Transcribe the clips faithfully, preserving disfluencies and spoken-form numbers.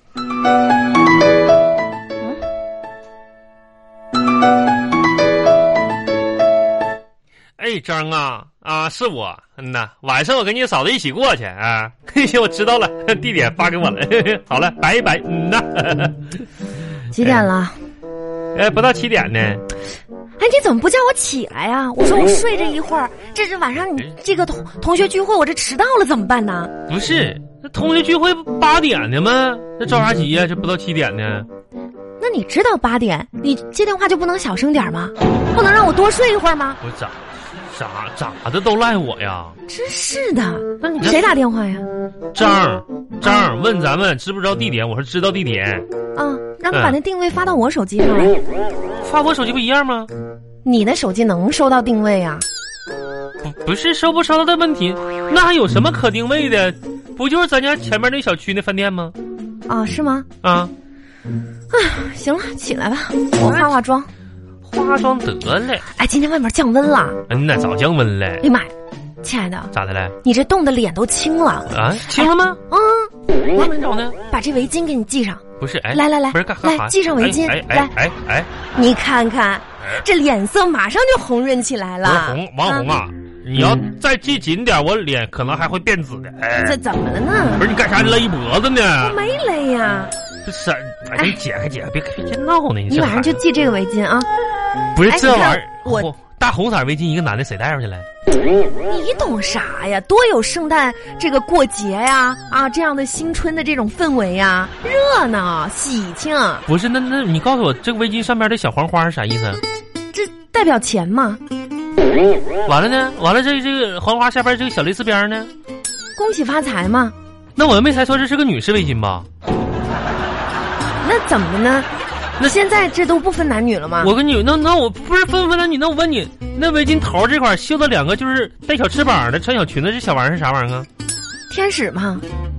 哎，张啊啊，是我，嗯呐，晚上我跟你嫂子一起过去啊。嘿嘿，我知道了，地点发给我了。嘿嘿，好了，拜拜。嗯呐。 几点了？ 哎，不到七点呢。 哎，你怎么不叫我起来啊？我说我睡这一会儿，这是晚上你这个同同学聚会，我这迟到了怎么办呢？ 不是，那同学聚会八点的吗？那着啥急呀？这不到七点呢。 那你知道八点，你接电话就不能小声点吗？不能让我多睡一会儿吗？ 我咋咋咋的都赖我呀？ 真是的。那你谁打电话呀？ 张张问咱们知不知道地点？我说知道地点。 啊，让他把那定位发到我手机上来。 嗯、发我手机不一样吗？ 你的手机能收到定位啊？ 不不是收不收到的问题，那还有什么可定位的？不就是咱家前面那小区那饭店吗？ 啊，是吗？ 啊， 哎，行了，起来吧，我化化妆。 化妆得了。 哎，今天外面降温了。 嗯呐，早降温了。 哎呀妈呀，亲爱的， 咋的了？ 你这冻的脸都青了啊？青了吗？ 嗯， 我没找呢。 把这围巾给你系上。 不是，哎， 来来来， 不是干来系上围巾。 哎哎来， 哎哎， 你看看，这脸色马上就红润起来了。 红王红啊，你要再系紧点，我脸可能还会变紫的。哎， 这怎么了呢？ 不是你干啥勒脖子呢？ 我没勒呀。 这是，哎，你解开解开，别别闹呢！ 你晚上就系这个围巾啊。 不是这玩意儿， 我大红色围巾，一个男的谁戴上去了？ 你懂啥呀？多有圣诞这个过节呀，啊，这样的新春的这种氛围呀，热闹喜庆。 不是，那那你告诉我，这个围巾上面的小黄花是啥意思？ 这代表钱嘛。 完了呢？完了这这个黄花下边这个小蕾丝边呢？ 恭喜发财嘛。 那我又没猜错，这是个女士围巾吧？ 那怎么呢？那现在这都不分男女了吗？ 我跟你那那我不是分分男女，那我问你，那围巾头这块绣的两个就是带小翅膀的穿小裙子，这小玩意儿是啥玩意儿啊？ 天使嘛。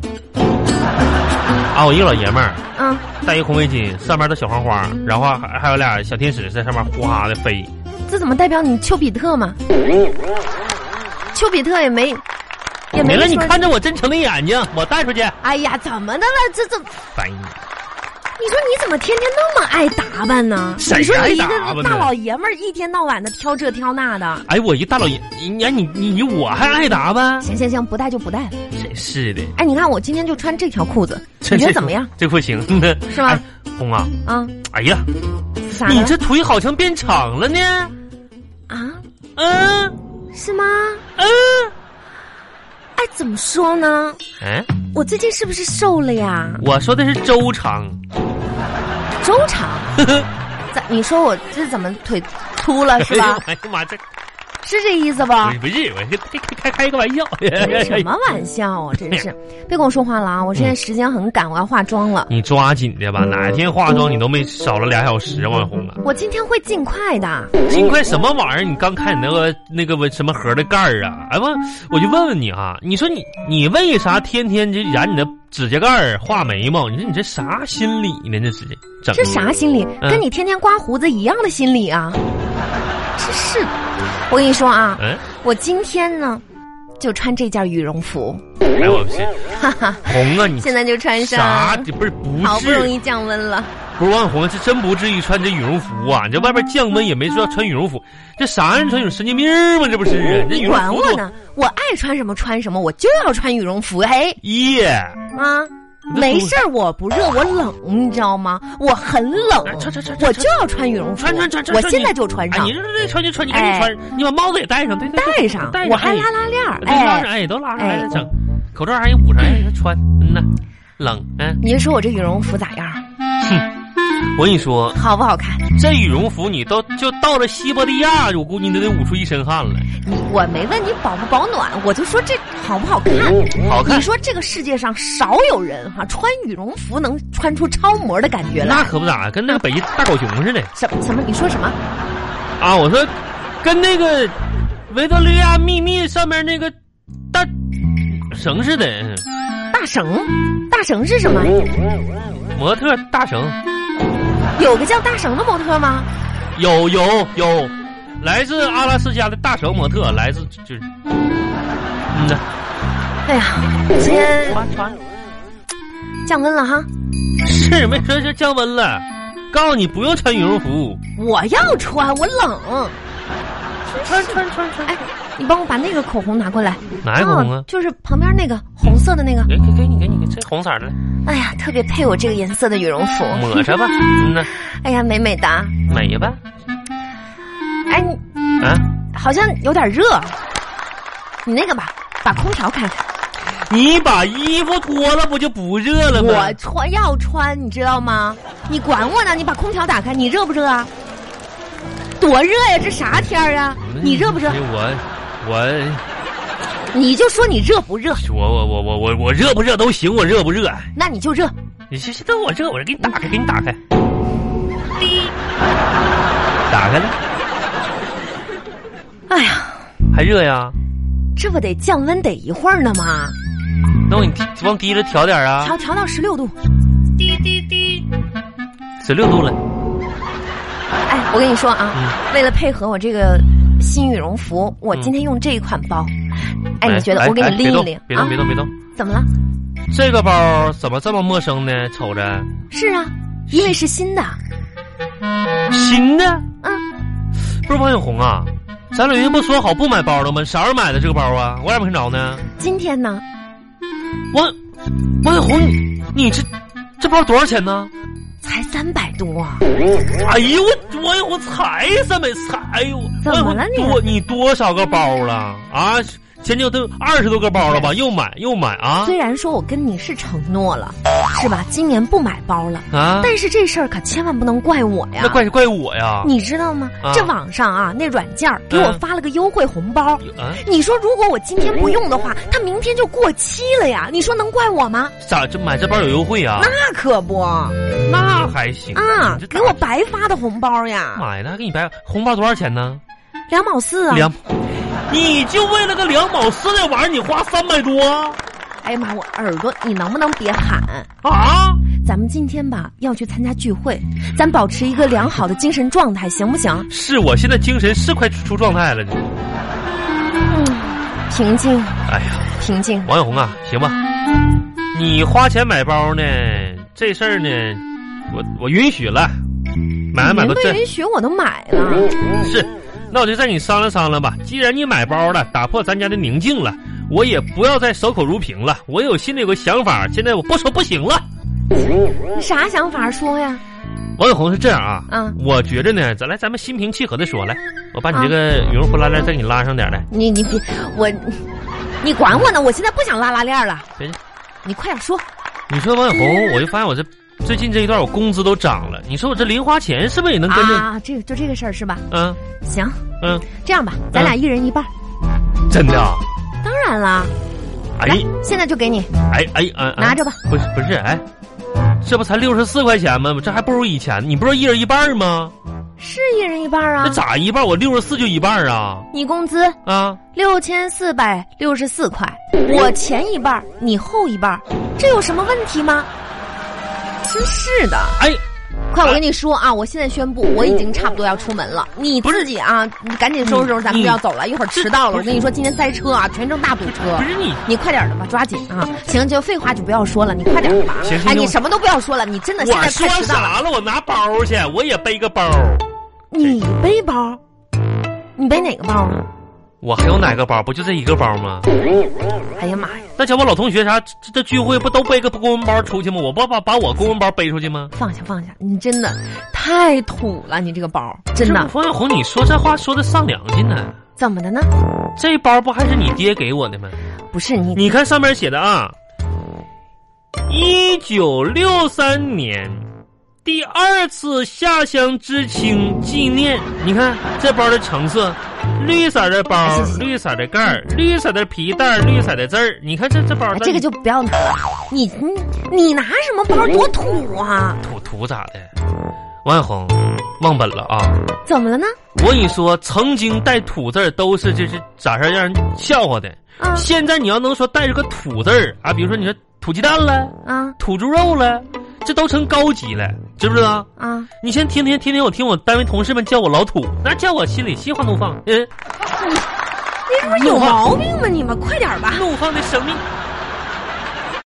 啊，我一个老爷们儿， 嗯， 戴一红围巾，上面的小黄花，然后还还有俩小天使在上面哗的飞。 这怎么代表你丘比特嘛？丘比特也没也没了，你看着我真诚的眼睛，我带出去。 哎呀，怎么的了？这这烦你。 你说你怎么天天那么爱打扮呢？你说你一个大老爷们儿一天到晚的挑这挑那的。 哎，我一大老爷，你你你你我还爱打扮？ 行行行，不戴就不戴了。 真是的。 哎，你看我今天就穿这条裤子，你觉得怎么样？ 这不行， 是吧？ 哎、红啊， 啊， 哎呀， 啥？ 你这腿好像变长了呢？ 啊？ 嗯， 是吗？ 嗯。 哎，怎么说呢？ 嗯， 我最近是不是瘦了呀？ 我说的是周长。 周长？咋？你说我这怎么腿秃了是吧？ 哎呀妈，这是这意思吧？ 不是，我开开开开个玩笑。 什么玩笑啊！真是，别跟我说话了啊！我现在时间很赶，我要化妆了。 你抓紧的吧，哪天化妆你都没少了俩小时，王红啊！ 我今天会尽快的。 尽快什么玩意儿？你刚看你那个那个什么盒的盖儿啊？哎问，我就问问你啊，你说你你为啥天天就染你的指甲盖儿、画眉毛？你说你这啥心理呢？这是整这啥心理？跟你天天刮胡子一样的心理啊！真是的。我跟你说啊，嗯、我今天呢，就穿这件羽绒服。 哎，我不是，哈哈，红啊你！ 现在就穿上。 啥？不是不是， 好不容易降温了。 不是王红，这真不至于穿这羽绒服啊！你这外边降温也没说要穿羽绒服，这啥人穿羽绒神经病吗？这不是啊？这羽绒服管我呢，我爱穿什么穿什么，我就要穿羽绒服。哎， 耶、 yeah. 啊！没事儿，我不热，我冷，你知道吗？我很冷， 穿穿穿， 我就要穿羽绒服， 穿穿穿穿， 我现在就穿上。 你这这穿就穿，你赶紧穿，你把帽子也戴上，对对， 戴上，我还拉拉链儿， 哎，拉上，哎，都拉上来整，口罩还给捂上，哎，穿，嗯呐，冷，嗯。 你说我这羽绒服咋样？ 哼。我跟你说， 好不好看？ 这羽绒服你都就到了西伯利亚，我估计你都得捂出一身汗了。 你我没问你保不保暖，我就说这好不好看？ 好看。 你说这个世界上少有人哈穿羽绒服能穿出超模的感觉来。 那可不咋，跟那个北极大狗熊似的。 什么什么？你说什么？ 啊，我说跟那个维多利亚秘密上面那个大绳似的。 大绳？大绳是什么？ 模特大绳。 有个叫大绳的模特吗？ 有有有，来自阿拉斯加的大绳模特，来自就是，嗯呐。 哎呀，今天穿穿， 降温了哈。 是没说是降温了，告诉你不用穿羽绒服。 我要穿，我冷。 穿穿穿穿。 哎，你帮我把那个口红拿过来。 哪个口红啊？ 哦、就是旁边那个红色的那个。 给给给你给你这红色的。 哎呀，特别配我这个颜色的羽绒服。 抹着吧。嗯呐。 哎呀，美美的。 美吧。 哎你。 啊。 好像有点热。你那个吧，把空调开开。 你把衣服脱了不就不热了吗？ 我穿要穿，你知道吗？你管我呢？你把空调打开，你热不热啊？多热呀！这啥天儿啊？你热不热？ 我我， 你就说你热不热？ 我我我我我我热不热都行，我热不热？ 那你就热。 你这这我热，我给你打开，给你打开。滴，打开了。 哎呀， 还热呀？ 这不得降温得一会儿呢吗？ 那我你往低了调点啊， 调调到十六度， 滴滴滴，十六度了。 哎，我跟你说啊，嗯、为了配合我这个新羽绒服，我今天用这一款包。嗯、哎，你觉得？我给你拎一拎。 别动，别动，别动。 怎么了？ 这个包怎么这么陌生呢？瞅着。 是啊，因为是新的。 新的？ 嗯。 不是王小红啊，咱俩人不说好不买包了吗？啥时候买的这个包啊？我咋没看着呢？ 今天呢？ 王王小红，你这这包多少钱呢？ 才三百多。 哎呦我王小红才三百才，哎呦， 怎么了你？ 多你多少个包了啊？前就都二十多个包了吧？又买又买啊！ 虽然说我跟你是承诺了，是吧？今年不买包了啊，但是这事儿可千万不能怪我呀！ 那怪怪我呀！ 你知道吗？啊、这网上啊，那软件给我发了个优惠红包。啊、你说如果我今天不用的话，它明天就过期了呀！你说能怪我吗？ 咋这买这包有优惠啊？ 那可不， 那还行啊！给我白发的红包呀！ 妈呀，那给你白红包多少钱呢？ 两毛四啊！ 两。你就为了个两毛四那玩意儿，你花三百多？ 哎呀妈，我耳朵，你能不能别喊啊？ 咱们今天吧要去参加聚会，咱保持一个良好的精神状态，行不行？ 是我现在精神是快出状态了，你。 嗯，平静。 哎呀， 平静。 王小红啊，行吧，你花钱买包呢，这事儿呢，我我允许了，买了买都真。允许我都买了。 是。那我就再你商量商量吧。既然你买包了，打破咱家的宁静了，我也不要再守口如瓶了。我有心里有个想法，现在我不说不行了。 你啥想法说呀？ 王小红是这样啊， 嗯， 我觉着呢，咱来咱们心平气和的说，来，我把你这个羽绒服拉链再给你拉上点来。 你你别我，你管我呢？我现在不想拉拉链了。你快点说。 你说王小红，我就发现我这。最近这一段我工资都涨了，你说我这零花钱是不是也能跟着啊？这就这个事儿是吧？ 嗯， 行， 嗯， 这样吧，咱俩一人一半。 嗯、真的？ 当然了。 哎， 现在就给你。 哎哎哎， 拿着吧。 不是不是，哎，这不才六十四块钱吗？这还不如以前。你不是一人一半吗？ 是一人一半啊。 那咋一半？我六十四就一半啊。 你工资啊六千四百六十四块，我前一半，你后一半，这有什么问题吗？真是的， 哎， 快！我跟你说啊，我现在宣布，我已经差不多要出门了。你自己啊，你赶紧收拾收拾，咱们就要走了。一会儿迟到了，我跟你说，今天塞车啊，全程大堵车。 不是你， 你快点的吧，抓紧啊！行，就废话就不要说了，你快点的吧。 行行， 哎，你什么都不要说了，你真的现在快迟到了。 我说啥了？我拿包去，我也背个包。 你背包？你背哪个包啊？ 我还有哪个包？不就这一个包吗？ 哎呀妈呀！ 那叫我老同学啥这这聚会不都背个公文包出去吗？我不把把我公文包背出去吗？ 放下放下，你真的太土了，你这个包真的。 王小红，你说这话说的丧良心呢？ 怎么的呢？ 这包不还是你爹给我的吗？ 不是你， 你看上面写的啊，一九六三年。第二次下乡知青纪念，你看这包的成色，绿色的包，绿色的盖儿，绿色的皮带，绿色的字儿。你看这这包、哎， 这个就不要拿了。你你你拿什么包？多土啊！ 土土咋的？王小红，忘本了啊！ 怎么了呢？ 我跟你说，曾经带土字儿都是就是咋事让人笑话的。啊、现在你要能说带着个土字儿啊，比如说你说土鸡蛋了啊，土猪肉了。这都成高级了，知不知道啊？你先天天天天我听我单位同事们叫我老土，那叫我心里心花怒放。嗯， 你你是不是有毛病吗？你们快点吧！ 怒放的生命，